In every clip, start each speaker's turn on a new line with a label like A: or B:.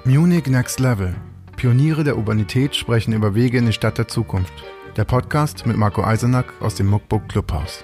A: Munich Next Level. Pioniere der Urbanität sprechen über Wege in die Stadt der Zukunft. Der Podcast mit Marco Eisenack aus dem Muckbook Clubhaus.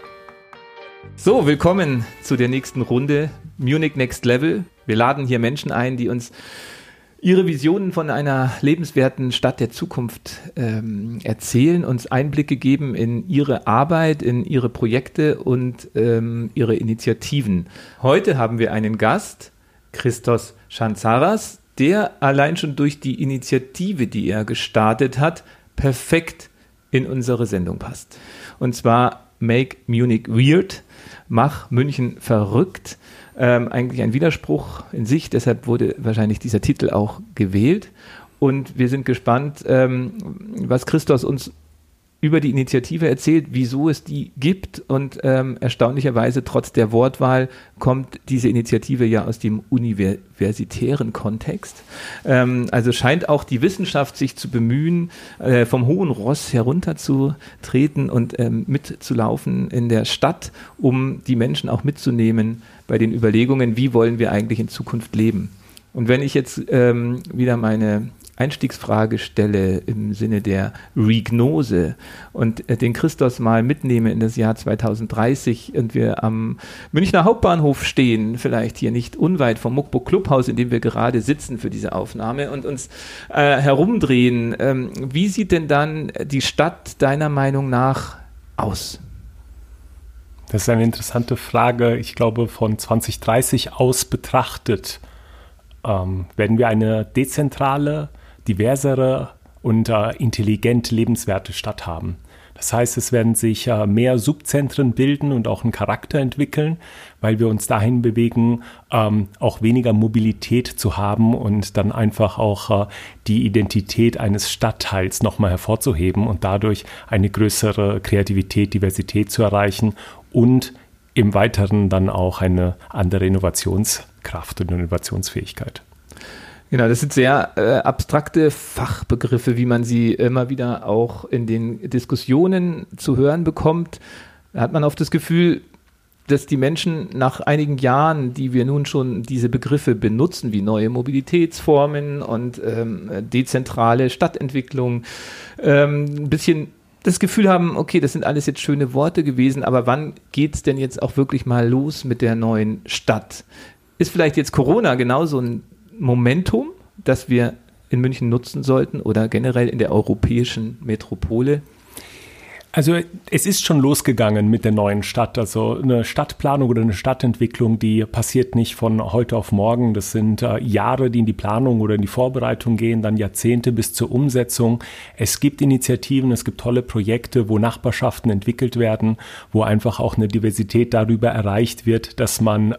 B: So, willkommen zu der nächsten Runde Munich Next Level. Wir laden hier Menschen ein, die uns ihre Visionen von einer lebenswerten Stadt der Zukunft erzählen, uns Einblicke geben in ihre Arbeit, in ihre Projekte und ihre Initiativen. Heute haben wir einen Gast, Christos Chantzaras, der allein schon durch die Initiative, die er gestartet hat, perfekt in unsere Sendung passt. Und zwar Make Munich Weird, mach München verrückt. Eigentlich ein Widerspruch in sich, deshalb wurde wahrscheinlich dieser Titel auch gewählt. Und wir sind gespannt, was Christos uns über die Initiative erzählt, wieso es die gibt. Und erstaunlicherweise, trotz der Wortwahl, kommt diese Initiative ja aus dem universitären Kontext. Also scheint auch die Wissenschaft sich zu bemühen, vom hohen Ross herunterzutreten und mitzulaufen in der Stadt, um die Menschen auch mitzunehmen bei den Überlegungen, wie wollen wir eigentlich in Zukunft leben. Und wenn ich jetzt wieder meine Einstiegsfrage stelle im Sinne der Regnose und den Christos mal mitnehme in das Jahr 2030 und wir am Münchner Hauptbahnhof stehen, vielleicht hier nicht unweit vom Muckbook Clubhaus, in dem wir gerade sitzen für diese Aufnahme und uns herumdrehen. Wie sieht denn dann die Stadt deiner Meinung nach aus?
C: Das ist eine interessante Frage. Ich glaube, von 2030 aus betrachtet werden wir eine dezentrale, diversere und intelligent lebenswerte Stadt haben. Das heißt, es werden sich mehr Subzentren bilden und auch einen Charakter entwickeln, weil wir uns dahin bewegen, auch weniger Mobilität zu haben und dann einfach auch die Identität eines Stadtteils nochmal hervorzuheben und dadurch eine größere Kreativität, Diversität zu erreichen und im Weiteren dann auch eine andere Innovationskraft und Innovationsfähigkeit.
B: Genau, das sind sehr abstrakte Fachbegriffe, wie man sie immer wieder auch in den Diskussionen zu hören bekommt. Da hat man oft das Gefühl, dass die Menschen nach einigen Jahren, die wir nun schon diese Begriffe benutzen, wie neue Mobilitätsformen und dezentrale Stadtentwicklung, ein bisschen das Gefühl haben, okay, das sind alles jetzt schöne Worte gewesen, aber wann geht es denn jetzt auch wirklich mal los mit der neuen Stadt? Ist vielleicht jetzt Corona genauso ein Momentum, das wir in München nutzen sollten oder generell in der europäischen Metropole?
C: Also es ist schon losgegangen mit der neuen Stadt. Also eine Stadtplanung oder eine Stadtentwicklung, die passiert nicht von heute auf morgen. Das sind Jahre, die in die Planung oder in die Vorbereitung gehen, dann Jahrzehnte bis zur Umsetzung. Es gibt Initiativen, es gibt tolle Projekte, wo Nachbarschaften entwickelt werden, wo einfach auch eine Diversität darüber erreicht wird, dass man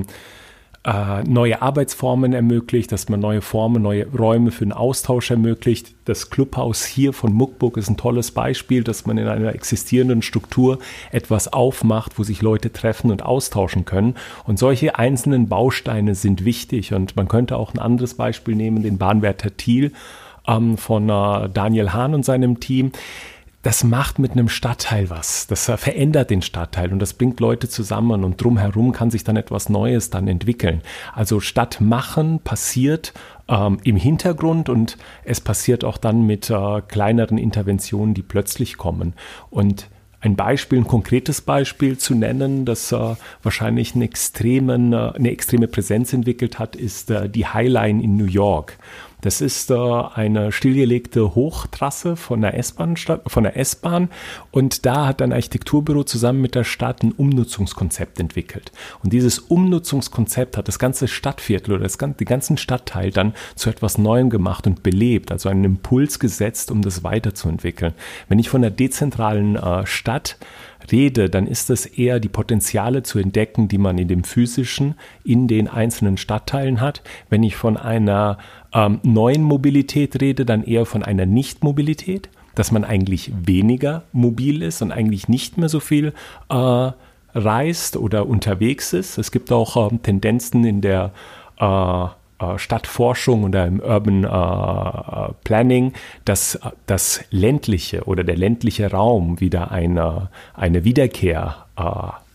C: neue Arbeitsformen ermöglicht, dass man neue Formen, neue Räume für den Austausch ermöglicht. Das Clubhaus hier von Muckbook ist ein tolles Beispiel, dass man in einer existierenden Struktur etwas aufmacht, wo sich Leute treffen und austauschen können. Und solche einzelnen Bausteine sind wichtig. Und man könnte auch ein anderes Beispiel nehmen, den Bahnwärter Thiel von Daniel Hahn und seinem Team. Das macht mit einem Stadtteil was. Das verändert den Stadtteil und das bringt Leute zusammen und drumherum kann sich dann etwas Neues dann entwickeln. Also Stadtmachen passiert im Hintergrund und es passiert auch dann mit kleineren Interventionen, die plötzlich kommen. Und ein konkretes Beispiel zu nennen, das wahrscheinlich eine extreme Präsenz entwickelt hat, ist die High Line in New York. Das ist eine stillgelegte Hochtrasse von der S-Bahn und da hat ein Architekturbüro zusammen mit der Stadt ein Umnutzungskonzept entwickelt. Und dieses Umnutzungskonzept hat das ganze Stadtviertel oder den ganzen Stadtteil dann zu etwas Neuem gemacht und belebt, also einen Impuls gesetzt, um das weiterzuentwickeln. Wenn ich von der dezentralen Stadt rede, dann ist es eher die Potenziale zu entdecken, die man in dem Physischen, in den einzelnen Stadtteilen hat. Wenn ich von einer neuen Mobilität rede, dann eher von einer Nicht-Mobilität, dass man eigentlich weniger mobil ist und eigentlich nicht mehr so viel reist oder unterwegs ist. Es gibt auch Tendenzen in der Stadtforschung oder im Urban Planning, dass das ländliche oder der ländliche Raum wieder eine Wiederkehr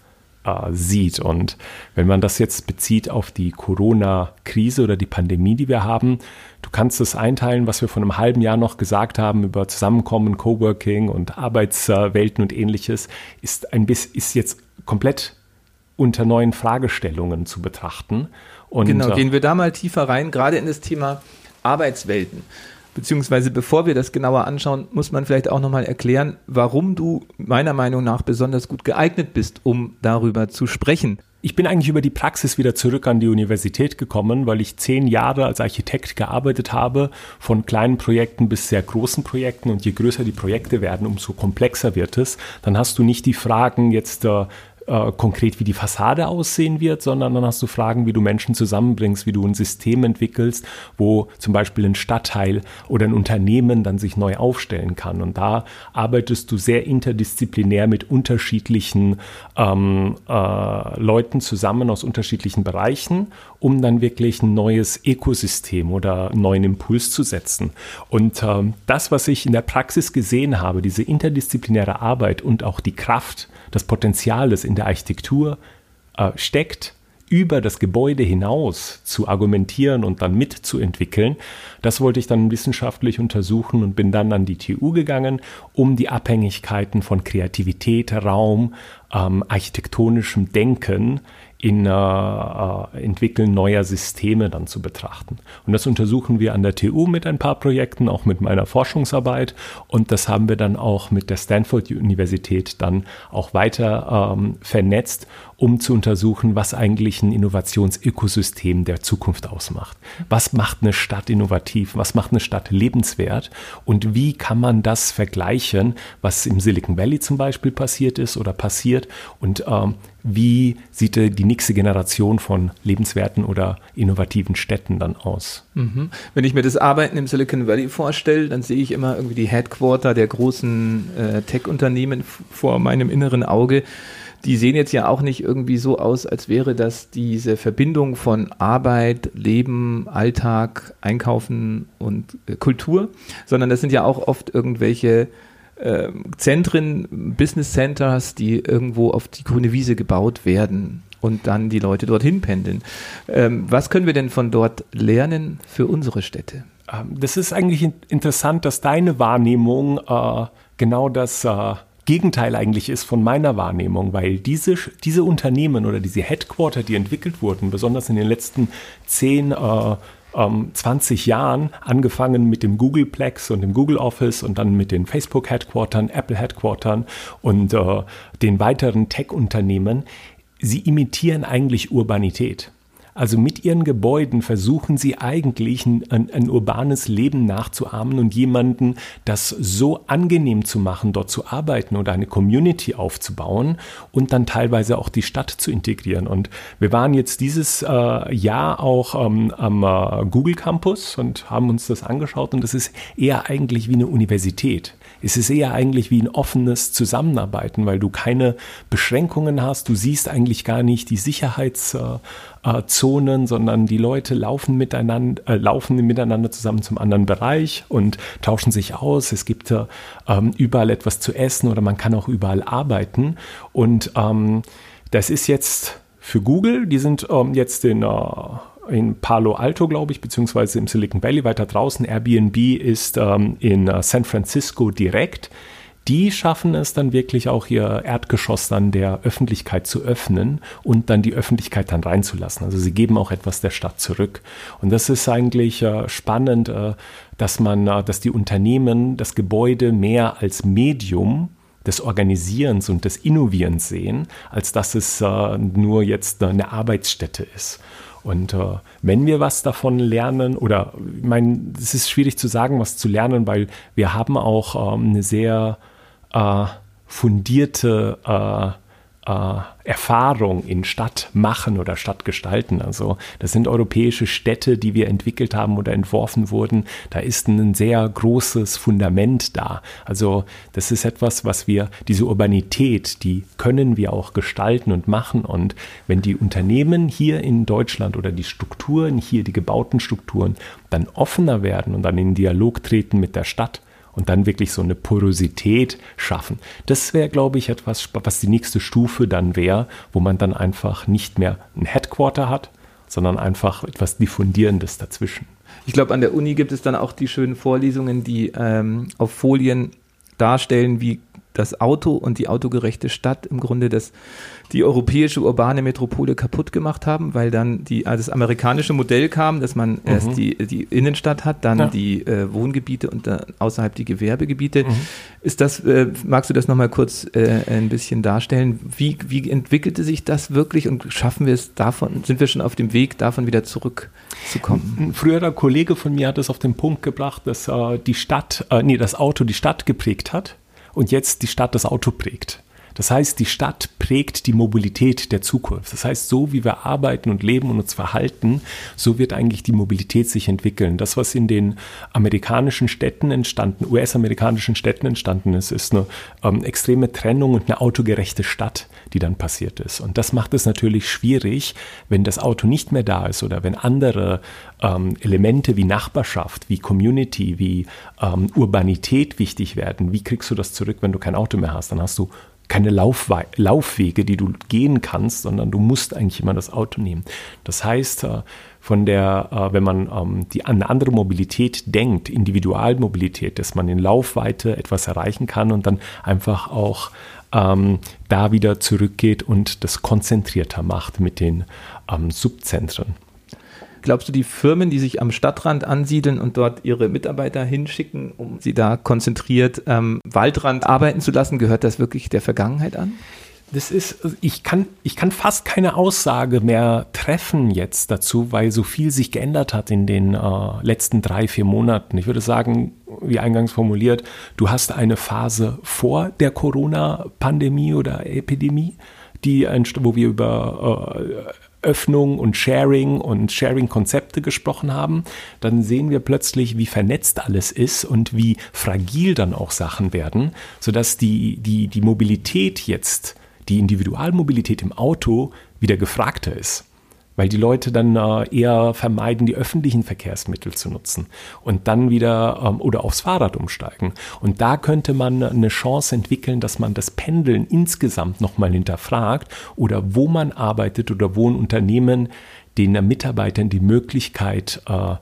C: sieht. Und wenn man das jetzt bezieht auf die Corona-Krise oder die Pandemie, die wir haben, du kannst es einteilen, was wir vor einem halben Jahr noch gesagt haben über Zusammenkommen, Coworking und Arbeitswelten und Ähnliches, ist jetzt komplett unter neuen Fragestellungen zu betrachten. Und,
B: genau, gehen wir da mal tiefer rein, gerade in das Thema Arbeitswelten. Beziehungsweise bevor wir das genauer anschauen, muss man vielleicht auch nochmal erklären, warum du meiner Meinung nach besonders gut geeignet bist, um darüber zu sprechen.
C: Ich bin eigentlich über die Praxis wieder zurück an die Universität gekommen, weil ich 10 Jahre als Architekt gearbeitet habe, von kleinen Projekten bis sehr großen Projekten. Und je größer die Projekte werden, umso komplexer wird es. Dann hast du nicht die Fragen jetzt konkret, wie die Fassade aussehen wird, sondern dann hast du Fragen, wie du Menschen zusammenbringst, wie du ein System entwickelst, wo zum Beispiel ein Stadtteil oder ein Unternehmen dann sich neu aufstellen kann. Und da arbeitest du sehr interdisziplinär mit unterschiedlichen Leuten zusammen aus unterschiedlichen Bereichen, um dann wirklich ein neues Ökosystem oder einen neuen Impuls zu setzen. Und das, was ich in der Praxis gesehen habe, diese interdisziplinäre Arbeit und auch die Kraft, das Potenzial, das in der Architektur steckt, über das Gebäude hinaus zu argumentieren und dann mitzuentwickeln, das wollte ich dann wissenschaftlich untersuchen und bin dann an die TU gegangen, um die Abhängigkeiten von Kreativität, Raum, architektonischem Denken in Entwickeln neuer Systeme dann zu betrachten. Und das untersuchen wir an der TU mit ein paar Projekten, auch mit meiner Forschungsarbeit. Und das haben wir dann auch mit der Stanford-Universität dann auch weiter vernetzt, um zu untersuchen, was eigentlich ein Innovationsökosystem der Zukunft ausmacht. Was macht eine Stadt innovativ? Was macht eine Stadt lebenswert? Und wie kann man das vergleichen, was im Silicon Valley zum Beispiel passiert ist oder passiert? Und wie sieht die nächste Generation von lebenswerten oder innovativen Städten dann aus?
B: Mhm. Wenn ich mir das Arbeiten im Silicon Valley vorstelle, dann sehe ich immer irgendwie die Headquarter der großen Tech-Unternehmen vor meinem inneren Auge. Die sehen jetzt ja auch nicht irgendwie so aus, als wäre das diese Verbindung von Arbeit, Leben, Alltag, Einkaufen und Kultur, sondern das sind ja auch oft irgendwelche Zentren, Business Centers, die irgendwo auf die grüne Wiese gebaut werden und dann die Leute dorthin pendeln. Was können wir denn von dort lernen für unsere Städte?
C: Das ist eigentlich interessant, dass deine Wahrnehmung genau das Gegenteil eigentlich ist von meiner Wahrnehmung, weil diese Unternehmen oder diese Headquarter, die entwickelt wurden, besonders in den letzten 20 Jahren, angefangen mit dem Googleplex und dem Google Office und dann mit den Facebook-Headquartern, Apple-Headquartern und den weiteren Tech-Unternehmen, sie imitieren eigentlich Urbanität. Also mit ihren Gebäuden versuchen sie eigentlich ein urbanes Leben nachzuahmen und jemanden das so angenehm zu machen, dort zu arbeiten oder eine Community aufzubauen und dann teilweise auch die Stadt zu integrieren. Und wir waren jetzt dieses Jahr auch am Google Campus und haben uns das angeschaut und das ist eher eigentlich wie eine Universität. Es ist eher eigentlich wie ein offenes Zusammenarbeiten, weil du keine Beschränkungen hast. Du siehst eigentlich gar nicht die Sicherheitszonen, sondern die Leute laufen miteinander zusammen zum anderen Bereich und tauschen sich aus. Es gibt überall etwas zu essen oder man kann auch überall arbeiten. Und das ist jetzt für Google, die sind jetzt in Palo Alto, glaube ich, beziehungsweise im Silicon Valley weiter draußen. Airbnb ist in San Francisco direkt. Die schaffen es dann wirklich auch, ihr Erdgeschoss dann der Öffentlichkeit zu öffnen und dann die Öffentlichkeit dann reinzulassen. Also sie geben auch etwas der Stadt zurück. Und das ist eigentlich spannend, dass die Unternehmen das Gebäude mehr als Medium des Organisierens und des Innovierens sehen, als dass es nur jetzt eine Arbeitsstätte ist. Und wenn wir was davon lernen, oder ich meine, es ist schwierig zu sagen, was zu lernen, weil wir haben auch eine sehr fundierte Erfahrung in Stadtmachen oder Stadtgestalten. Also das sind europäische Städte, die wir entwickelt haben oder entworfen wurden. Da ist ein sehr großes Fundament da. Also das ist etwas, diese Urbanität, die können wir auch gestalten und machen. Und wenn die Unternehmen hier in Deutschland oder die Strukturen hier, die gebauten Strukturen, dann offener werden und dann in Dialog treten mit der Stadt und dann wirklich so eine Porosität schaffen. Das wäre, glaube ich, etwas, was die nächste Stufe dann wäre, wo man dann einfach nicht mehr ein Headquarter hat, sondern einfach etwas Diffundierendes dazwischen.
B: Ich glaube, an der Uni gibt es dann auch die schönen Vorlesungen, die auf Folien darstellen, wie das Auto und die autogerechte Stadt im Grunde die europäische urbane Metropole kaputt gemacht haben, weil dann das amerikanische Modell kam, dass man erst die Innenstadt hat, dann die Wohngebiete und dann außerhalb die Gewerbegebiete. Ist das, magst du das nochmal kurz ein bisschen darstellen? Wie entwickelte sich das wirklich und schaffen wir es davon, sind wir schon auf dem Weg, davon wieder zurückzukommen?
C: Ein früherer Kollege von mir hat es auf den Punkt gebracht, dass das Auto die Stadt geprägt hat. Und jetzt die Stadt das Auto prägt. Das heißt, die Stadt prägt die Mobilität der Zukunft. Das heißt, so wie wir arbeiten und leben und uns verhalten, so wird eigentlich die Mobilität sich entwickeln. Das, was in den US-amerikanischen Städten entstanden ist, ist eine extreme Trennung und eine autogerechte Stadt, die dann passiert ist. Und das macht es natürlich schwierig, wenn das Auto nicht mehr da ist oder wenn andere Elemente wie Nachbarschaft, wie Community, wie Urbanität wichtig werden. Wie kriegst du das zurück, wenn du kein Auto mehr hast? Dann hast du keine Laufwege, die du gehen kannst, sondern du musst eigentlich immer das Auto nehmen. Das heißt, wenn man an eine andere Mobilität denkt, Individualmobilität, dass man in Laufweite etwas erreichen kann und dann einfach auch da wieder zurückgeht und das konzentrierter macht mit den Subzentren.
B: Glaubst du, die Firmen, die sich am Stadtrand ansiedeln und dort ihre Mitarbeiter hinschicken, um sie da konzentriert am Waldrand arbeiten zu lassen, gehört das wirklich der Vergangenheit an?
C: Ich kann fast keine Aussage mehr treffen jetzt dazu, weil so viel sich geändert hat in den letzten 3-4 Monaten. Ich würde sagen, wie eingangs formuliert, du hast eine Phase vor der Corona-Pandemie oder Epidemie, wo wir über Öffnung und Sharing-Konzepte gesprochen haben, dann sehen wir plötzlich, wie vernetzt alles ist und wie fragil dann auch Sachen werden, sodass die Mobilität jetzt, die Individualmobilität im Auto wieder gefragter ist. Weil die Leute dann eher vermeiden, die öffentlichen Verkehrsmittel zu nutzen und dann wieder oder aufs Fahrrad umsteigen. Und da könnte man eine Chance entwickeln, dass man das Pendeln insgesamt nochmal hinterfragt oder wo man arbeitet oder wo ein Unternehmen den Mitarbeitern die Möglichkeit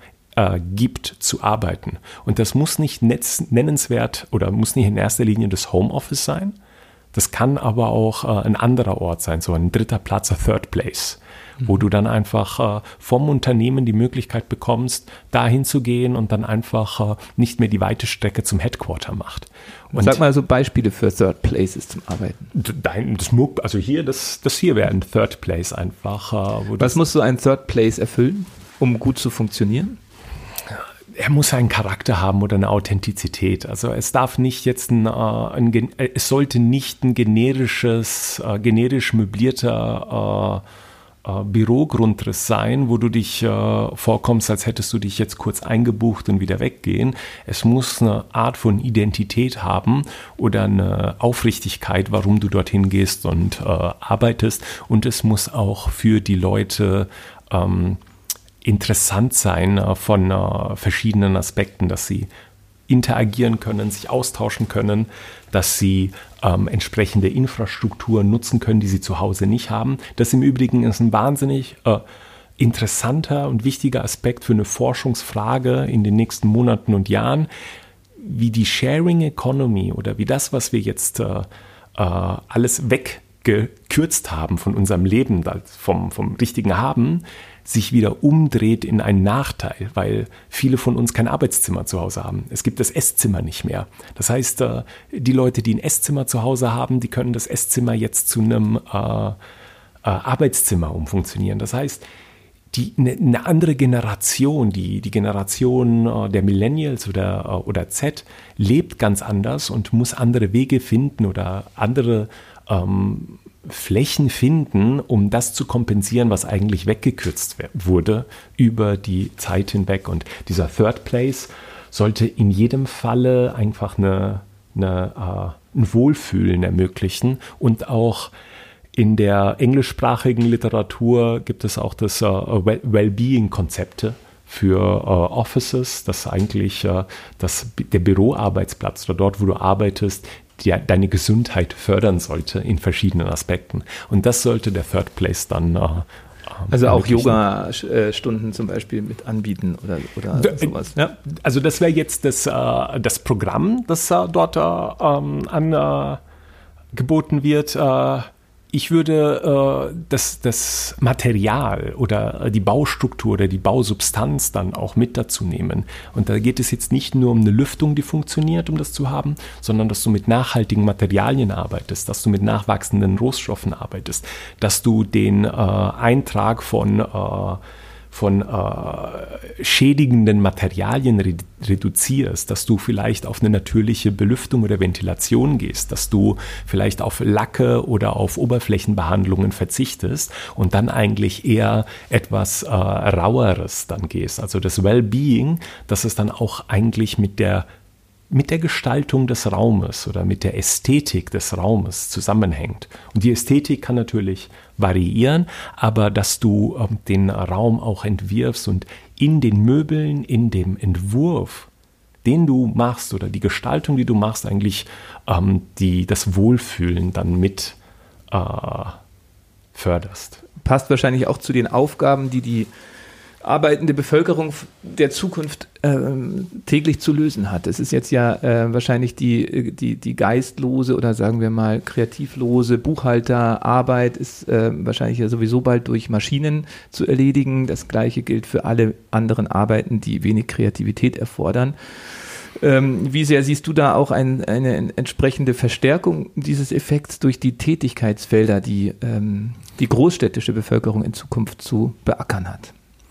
C: gibt zu arbeiten. Und das muss nicht nennenswert oder muss nicht in erster Linie das Homeoffice sein. Das kann aber auch ein anderer Ort sein, so ein dritter Platz, a third place, wo du dann einfach vom Unternehmen die Möglichkeit bekommst, dahin zu gehen und dann einfach nicht mehr die weite Strecke zum Headquarter macht.
B: Und sag mal so Beispiele für Third Places zum Arbeiten.
C: Das hier wäre ein Third Place einfach.
B: Was muss so ein Third Place erfüllen, um gut zu funktionieren?
C: Er muss einen Charakter haben oder eine Authentizität. Also es darf nicht jetzt es sollte nicht ein generisch möblierter Bürogrundriss sein, wo du dich vorkommst, als hättest du dich jetzt kurz eingebucht und wieder weggehen. Es muss eine Art von Identität haben oder eine Aufrichtigkeit, warum du dorthin gehst und arbeitest. Und es muss auch für die Leute interessant sein von verschiedenen Aspekten, dass sie interagieren können, sich austauschen können, dass sie entsprechende Infrastruktur nutzen können, die sie zu Hause nicht haben. Das im Übrigen ist ein wahnsinnig interessanter und wichtiger Aspekt für eine Forschungsfrage in den nächsten Monaten und Jahren, wie die Sharing Economy oder wie das, was wir jetzt alles weggekürzt haben von unserem Leben, vom richtigen Haben, sich wieder umdreht in einen Nachteil, weil viele von uns kein Arbeitszimmer zu Hause haben. Es gibt das Esszimmer nicht mehr. Das heißt, die Leute, die ein Esszimmer zu Hause haben, die können das Esszimmer jetzt zu einem Arbeitszimmer umfunktionieren. Das heißt, eine andere Generation, die Generation der Millennials oder Z, lebt ganz anders und muss andere Wege finden oder andere Flächen finden, um das zu kompensieren, was eigentlich weggekürzt wurde über die Zeit hinweg. Und dieser Third Place sollte in jedem Falle einfach ein Wohlfühlen ermöglichen. Und auch in der englischsprachigen Literatur gibt es auch das Wellbeing-Konzepte für Offices, dass eigentlich der Büroarbeitsplatz oder dort, wo du arbeitest, deine Gesundheit fördern sollte in verschiedenen Aspekten. Und das sollte der Third Place dann
B: also auch Yoga-Stunden zum Beispiel mit anbieten oder sowas. Ja.
C: Also das wäre jetzt das Programm, das dort angeboten wird. Ich würde das Material oder die Baustruktur oder die Bausubstanz dann auch mit dazu nehmen. Und da geht es jetzt nicht nur um eine Lüftung, die funktioniert, um das zu haben, sondern dass du mit nachhaltigen Materialien arbeitest, dass du mit nachwachsenden Rohstoffen arbeitest, dass du den Eintrag von schädigenden Materialien reduzierst, dass du vielleicht auf eine natürliche Belüftung oder Ventilation gehst, dass du vielleicht auf Lacke oder auf Oberflächenbehandlungen verzichtest und dann eigentlich eher etwas Raueres dann gehst. Also das Wellbeing, das ist dann auch eigentlich mit der Gestaltung des Raumes oder mit der Ästhetik des Raumes zusammenhängt. Und die Ästhetik kann natürlich variieren, aber dass du den Raum auch entwirfst und in den Möbeln, in dem Entwurf, den du machst oder die Gestaltung, die du machst, eigentlich das Wohlfühlen dann mit förderst.
B: Passt wahrscheinlich auch zu den Aufgaben, die arbeitende Bevölkerung der Zukunft täglich zu lösen hat. Es ist jetzt ja wahrscheinlich die geistlose oder sagen wir mal kreativlose Buchhalterarbeit ist wahrscheinlich ja sowieso bald durch Maschinen zu erledigen. Das Gleiche gilt für alle anderen Arbeiten, die wenig Kreativität erfordern. Wie sehr siehst du da auch eine entsprechende Verstärkung dieses Effekts durch die Tätigkeitsfelder, die die großstädtische Bevölkerung in Zukunft zu beackern hat?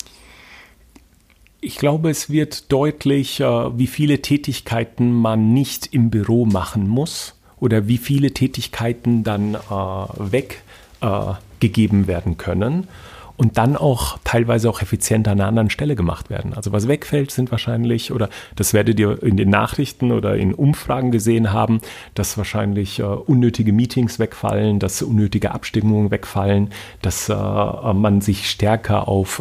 C: Ich glaube, es wird deutlich, wie viele Tätigkeiten man nicht im Büro machen muss oder wie viele Tätigkeiten dann weggegeben werden können und dann auch teilweise auch effizienter an einer anderen Stelle gemacht werden. Also was wegfällt, sind wahrscheinlich, oder das werdet ihr in den Nachrichten oder in Umfragen gesehen haben, dass wahrscheinlich unnötige Meetings wegfallen, dass unnötige Abstimmungen wegfallen, dass man sich stärker auf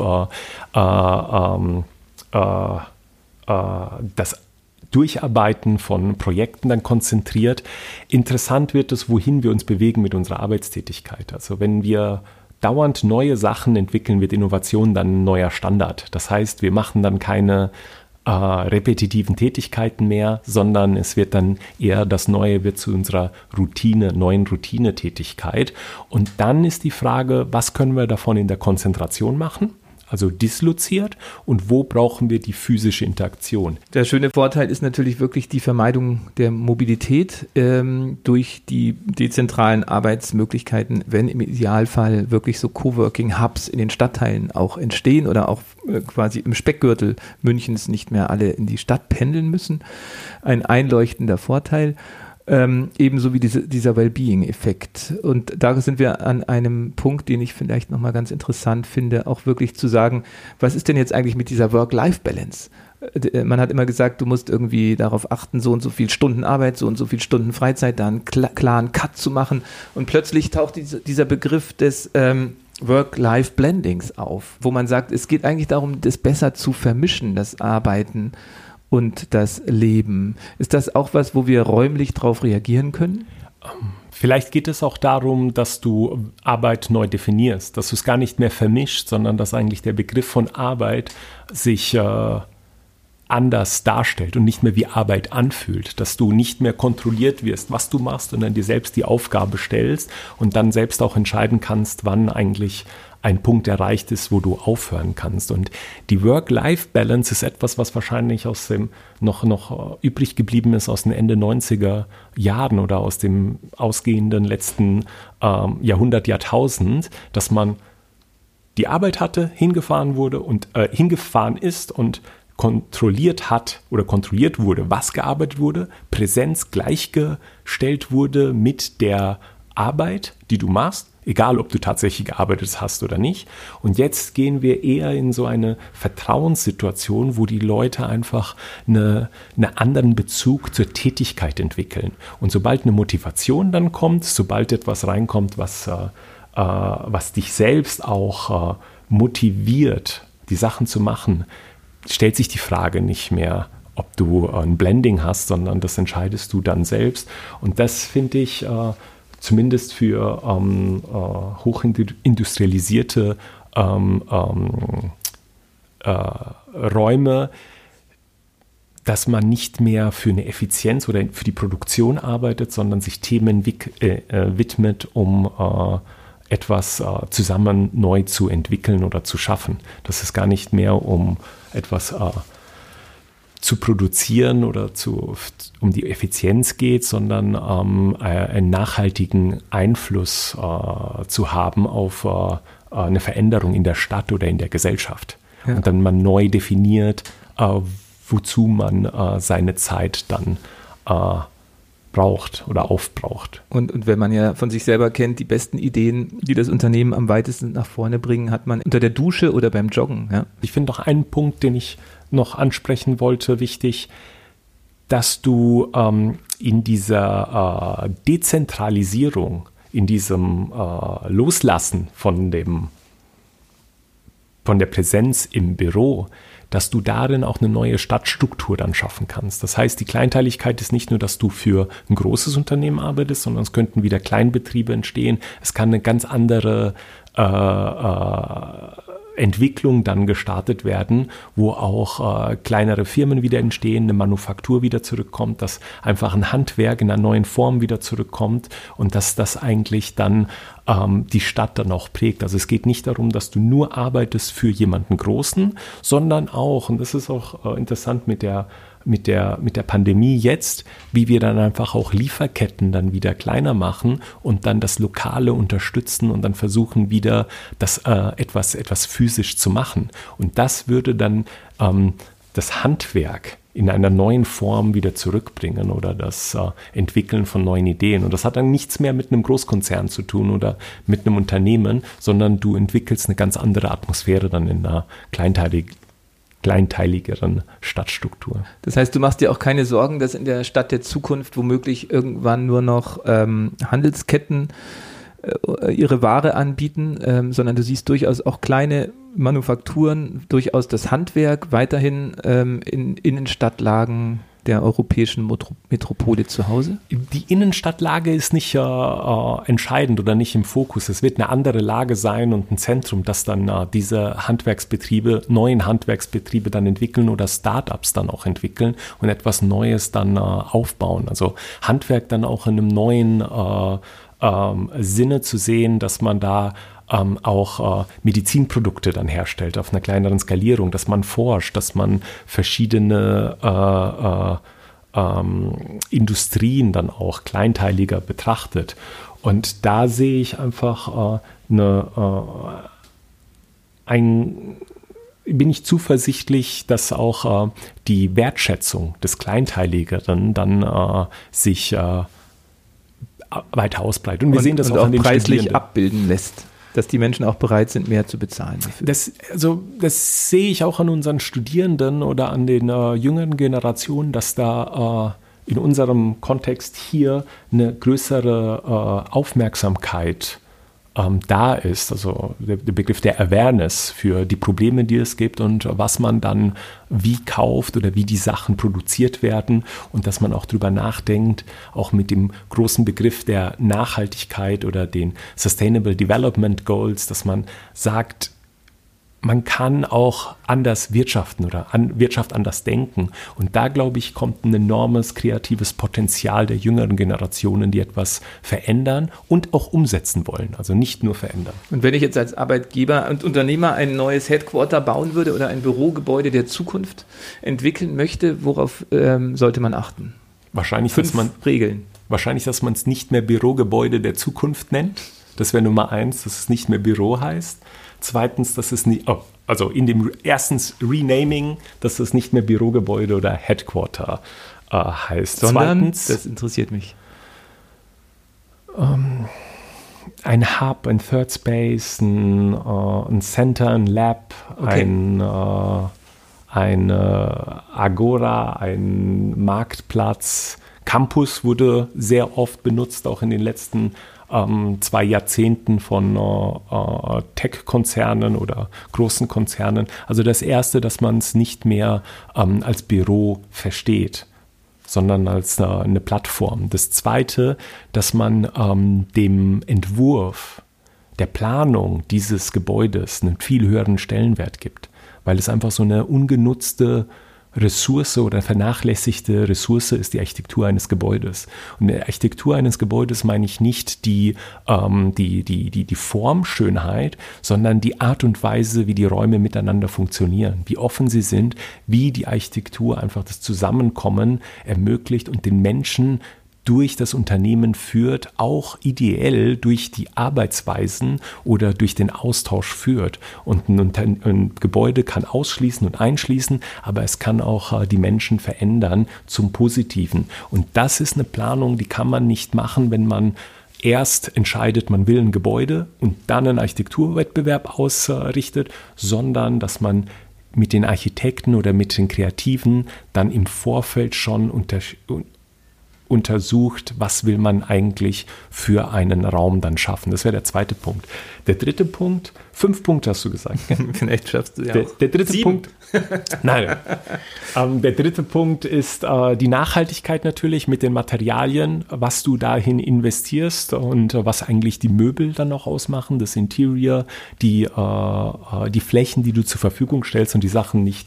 C: das Durcharbeiten von Projekten dann konzentriert. Interessant wird es, wohin wir uns bewegen mit unserer Arbeitstätigkeit. Also wenn wir dauernd neue Sachen entwickeln, wird Innovation dann ein neuer Standard. Das heißt, wir machen dann keine repetitiven Tätigkeiten mehr, sondern es wird dann eher das Neue wird zu unserer neuen Routinetätigkeit. Und dann ist die Frage, was können wir davon in der Konzentration machen? Also disloziert, und wo brauchen wir die physische Interaktion?
B: Der schöne Vorteil ist natürlich wirklich die Vermeidung der Mobilität durch die dezentralen Arbeitsmöglichkeiten, wenn im Idealfall wirklich so Coworking-Hubs in den Stadtteilen auch entstehen oder auch quasi im Speckgürtel Münchens nicht mehr alle in die Stadt pendeln müssen. Ein einleuchtender Vorteil. Ebenso wie dieser Wellbeing-Effekt. Und da sind wir an einem Punkt, den ich vielleicht nochmal ganz interessant finde, auch wirklich zu sagen, was ist denn jetzt eigentlich mit dieser Work-Life-Balance? Man hat immer gesagt, du musst irgendwie darauf achten, so und so viel Stunden Arbeit, so und so viel Stunden Freizeit, da einen klaren Cut zu machen. Und plötzlich taucht dieser Begriff des Work-Life-Blendings auf, wo man sagt, es geht eigentlich darum, das besser zu vermischen, das Arbeiten und das Leben. Ist das auch was, wo wir räumlich drauf reagieren können?
C: Vielleicht geht es auch darum, dass du Arbeit neu definierst, dass du es gar nicht mehr vermischt, sondern dass eigentlich der Begriff von Arbeit sich anders darstellt und nicht mehr wie Arbeit anfühlt, dass du nicht mehr kontrolliert wirst, was du machst, sondern dir selbst die Aufgabe stellst und dann selbst auch entscheiden kannst, wann eigentlich ein Punkt erreicht ist, wo du aufhören kannst. Und die Work-Life-Balance ist etwas, was wahrscheinlich aus dem noch übrig geblieben ist aus den Ende 90er Jahren oder aus dem ausgehenden letzten Jahrhundert, Jahrtausend, dass man die Arbeit hatte, hingefahren ist und kontrolliert hat oder kontrolliert wurde, was gearbeitet wurde, Präsenz gleichgestellt wurde mit der Arbeit, die du machst, egal ob du tatsächlich gearbeitet hast oder nicht. Und jetzt gehen wir eher in so eine Vertrauenssituation, wo die Leute einfach einen anderen Bezug zur Tätigkeit entwickeln. Und sobald eine Motivation dann kommt, sobald etwas reinkommt, was dich selbst auch motiviert, die Sachen zu machen, stellt sich die Frage nicht mehr, ob du ein Blending hast, sondern das entscheidest du dann selbst. Und das finde ich zumindest für hochindustrialisierte Räume, dass man nicht mehr für eine Effizienz oder für die Produktion arbeitet, sondern sich Themen widmet, um etwas zusammen neu zu entwickeln oder zu schaffen. Dass es gar nicht mehr um etwas zu produzieren oder um die Effizienz geht, sondern einen nachhaltigen Einfluss zu haben auf eine Veränderung in der Stadt oder in der Gesellschaft. Ja. Und dann man neu definiert, wozu man seine Zeit dann braucht oder aufbraucht.
B: Und wenn man ja von sich selber kennt, die besten Ideen, die das Unternehmen am weitesten nach vorne bringen, hat man unter der Dusche oder beim Joggen. Ja?
C: Ich finde auch einen Punkt, den ich noch ansprechen wollte, wichtig, dass du in dieser Dezentralisierung, in diesem Loslassen von der Präsenz im Büro, dass du darin auch eine neue Stadtstruktur dann schaffen kannst. Das heißt, die Kleinteiligkeit ist nicht nur, dass du für ein großes Unternehmen arbeitest, sondern es könnten wieder Kleinbetriebe entstehen. Es kann eine ganz andere Entwicklung dann gestartet werden, wo auch kleinere Firmen wieder entstehen, eine Manufaktur wieder zurückkommt, dass einfach ein Handwerk in einer neuen Form wieder zurückkommt und dass das eigentlich dann die Stadt dann auch prägt. Also es geht nicht darum, dass du nur arbeitest für jemanden Großen, sondern auch, und das ist auch interessant mit der Pandemie jetzt, wie wir dann einfach auch Lieferketten dann wieder kleiner machen und dann das Lokale unterstützen und dann versuchen wieder das etwas physisch zu machen. Und das würde dann das Handwerk in einer neuen Form wieder zurückbringen oder das Entwickeln von neuen Ideen. Und das hat dann nichts mehr mit einem Großkonzern zu tun oder mit einem Unternehmen, sondern du entwickelst eine ganz andere Atmosphäre dann in einer kleinteiligeren Stadtstruktur.
B: Das heißt, du machst dir auch keine Sorgen, dass in der Stadt der Zukunft womöglich irgendwann nur noch Handelsketten ihre Ware anbieten, sondern du siehst durchaus auch kleine Manufakturen, durchaus das Handwerk weiterhin in Innenstadtlagen der europäischen Metropole zu Hause?
C: Die Innenstadtlage ist nicht entscheidend oder nicht im Fokus. Es wird eine andere Lage sein und ein Zentrum, das dann diese neuen Handwerksbetriebe dann entwickeln oder Startups dann auch entwickeln und etwas Neues dann aufbauen. Also Handwerk dann auch in einem neuen Sinne zu sehen, dass man da auch Medizinprodukte dann herstellt auf einer kleineren Skalierung, dass man forscht, dass man verschiedene Industrien dann auch kleinteiliger betrachtet. Und da sehe ich einfach bin ich zuversichtlich, dass auch die Wertschätzung des Kleinteiligeren dann sich weiter ausbreitet.
B: Und wir sehen das auch an den preislich abbilden lässt, dass die Menschen auch bereit sind, mehr zu bezahlen.
C: Das sehe ich auch an unseren Studierenden oder an den jüngeren Generationen, dass da in unserem Kontext hier eine größere Aufmerksamkeit da ist, also der Begriff der Awareness für die Probleme, die es gibt und was man dann wie kauft oder wie die Sachen produziert werden und dass man auch drüber nachdenkt, auch mit dem großen Begriff der Nachhaltigkeit oder den Sustainable Development Goals, dass man sagt, man kann auch anders wirtschaften oder Wirtschaft anders denken. Und da, glaube ich, kommt ein enormes kreatives Potenzial der jüngeren Generationen, die etwas verändern und auch umsetzen wollen. Also nicht nur verändern.
B: Und wenn ich jetzt als Arbeitgeber und Unternehmer ein neues Headquarter bauen würde oder ein Bürogebäude der Zukunft entwickeln möchte, worauf sollte man achten?
C: Wahrscheinlich, dass man es nicht mehr Bürogebäude der Zukunft nennt. Das wäre Nummer 1, dass es nicht mehr Büro heißt. Zweitens, dass es nicht, also in dem erstens Renaming, dass es nicht mehr Bürogebäude oder Headquarter heißt.
B: Sondern, zweitens, das interessiert mich.
C: Ein Hub, ein Third Space, ein Center, ein Lab, okay. Eine Agora, ein Marktplatz. Campus wurde sehr oft benutzt, auch in den letzten 2 Jahrzehnten von Tech-Konzernen oder großen Konzernen. Also das Erste, dass man es nicht mehr als Büro versteht, sondern als eine Plattform. Das Zweite, dass man dem Entwurf, der Planung dieses Gebäudes einen viel höheren Stellenwert gibt, weil es einfach so eine ungenutzte Ressource oder vernachlässigte Ressource ist, die Architektur eines Gebäudes. Und in der Architektur eines Gebäudes meine ich nicht die Formschönheit, sondern die Art und Weise, wie die Räume miteinander funktionieren, wie offen sie sind, wie die Architektur einfach das Zusammenkommen ermöglicht und den Menschen durch das Unternehmen führt, auch ideell durch die Arbeitsweisen oder durch den Austausch führt. Und ein Gebäude kann ausschließen und einschließen, aber es kann auch die Menschen verändern zum Positiven. Und das ist eine Planung, die kann man nicht machen, wenn man erst entscheidet, man will ein Gebäude und dann einen Architekturwettbewerb ausrichtet, sondern dass man mit den Architekten oder mit den Kreativen dann im Vorfeld schon untersucht, was will man eigentlich für einen Raum dann schaffen. Das wäre der zweite Punkt. Der dritte Punkt, 5 Punkte hast du gesagt.
B: Vielleicht schaffst du ja
C: der dritte 7. Punkt. Nein. Der dritte Punkt ist die Nachhaltigkeit natürlich mit den Materialien, was du dahin investierst und was eigentlich die Möbel dann noch ausmachen, das Interior, die Flächen, die du zur Verfügung stellst und die Sachen nicht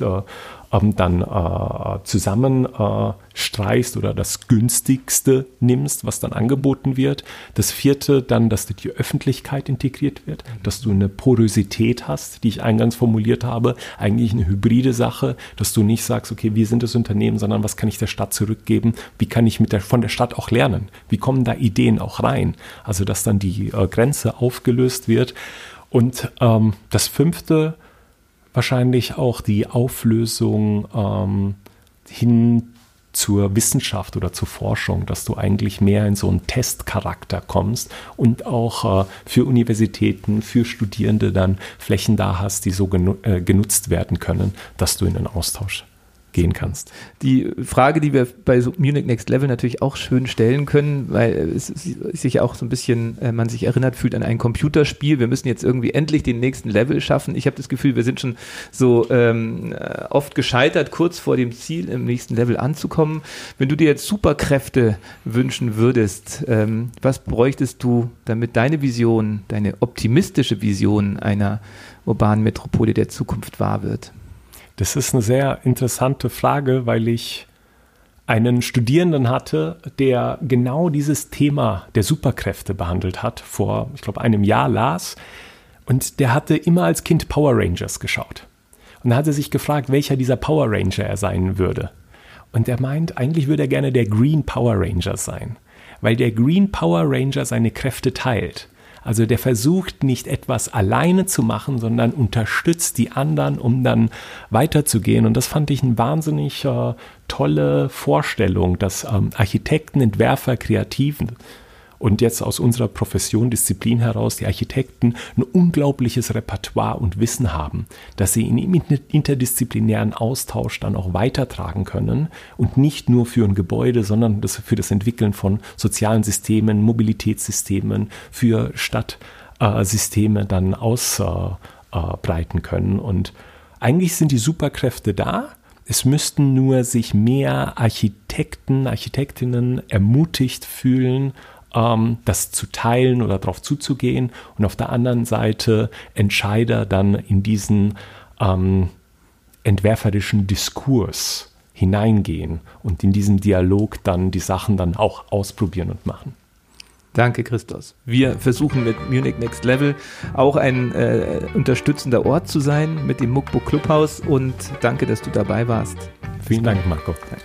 C: dann zusammenstreichst oder das günstigste nimmst, was dann angeboten wird. Das vierte dann, dass die Öffentlichkeit integriert wird, dass du eine Porosität hast, die ich eingangs formuliert habe, eigentlich eine hybride Sache, dass du nicht sagst, okay, wir sind das Unternehmen, sondern was kann ich der Stadt zurückgeben, wie kann ich von der Stadt auch lernen, wie kommen da Ideen auch rein, also dass dann die Grenze aufgelöst wird. Und das fünfte, wahrscheinlich auch die Auflösung hin zur Wissenschaft oder zur Forschung, dass du eigentlich mehr in so einen Testcharakter kommst und auch für Universitäten, für Studierende dann Flächen da hast, die so genutzt werden können, dass du in den Austausch gehen kannst.
B: Die Frage, die wir bei Munich Next Level natürlich auch schön stellen können, weil es sich auch so ein bisschen, man sich erinnert fühlt an ein Computerspiel. Wir müssen jetzt irgendwie endlich den nächsten Level schaffen. Ich habe das Gefühl, wir sind schon so oft gescheitert, kurz vor dem Ziel im nächsten Level anzukommen. Wenn du dir jetzt Superkräfte wünschen würdest, was bräuchtest du, damit deine Vision, deine optimistische Vision einer urbanen Metropole der Zukunft wahr wird?
C: Das ist eine sehr interessante Frage, weil ich einen Studierenden hatte, der genau dieses Thema der Superkräfte behandelt hat, vor, ich glaube, einem Jahr las. Und der hatte immer als Kind Power Rangers geschaut. Und da hat er sich gefragt, welcher dieser Power Ranger er sein würde. Und er meint, eigentlich würde er gerne der Green Power Ranger sein, weil der Green Power Ranger seine Kräfte teilt. Also der versucht nicht etwas alleine zu machen, sondern unterstützt die anderen, um dann weiterzugehen. Und das fand ich eine wahnsinnig tolle Vorstellung, dass Architekten, Entwerfer, Kreativen und jetzt aus unserer Profession, Disziplin heraus, die Architekten ein unglaubliches Repertoire und Wissen haben, dass sie in interdisziplinären Austausch dann auch weitertragen können und nicht nur für ein Gebäude, sondern für das Entwickeln von sozialen Systemen, Mobilitätssystemen, für Stadtsysteme dann ausbreiten können. Und eigentlich sind die Superkräfte da. Es müssten nur sich mehr Architekten, Architektinnen ermutigt fühlen, das zu teilen oder darauf zuzugehen und auf der anderen Seite Entscheider dann in diesen entwerferischen Diskurs hineingehen und in diesem Dialog dann die Sachen dann auch ausprobieren und machen.
B: Danke, Christos. Wir versuchen mit Munich Next Level auch ein unterstützender Ort zu sein mit dem Muckbook Clubhaus und danke, dass du dabei warst.
C: Vielen Dank, Marco.
B: Danke.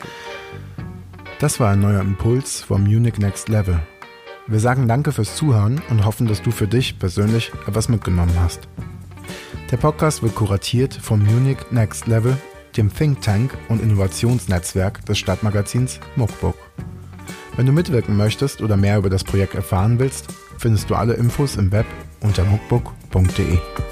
A: Das war ein neuer Impuls vom Munich Next Level. Wir sagen danke fürs Zuhören und hoffen, dass du für dich persönlich etwas mitgenommen hast. Der Podcast wird kuratiert vom Munich Next Level, dem Think Tank und Innovationsnetzwerk des Stadtmagazins Muckbook. Wenn du mitwirken möchtest oder mehr über das Projekt erfahren willst, findest du alle Infos im Web unter muckbook.de.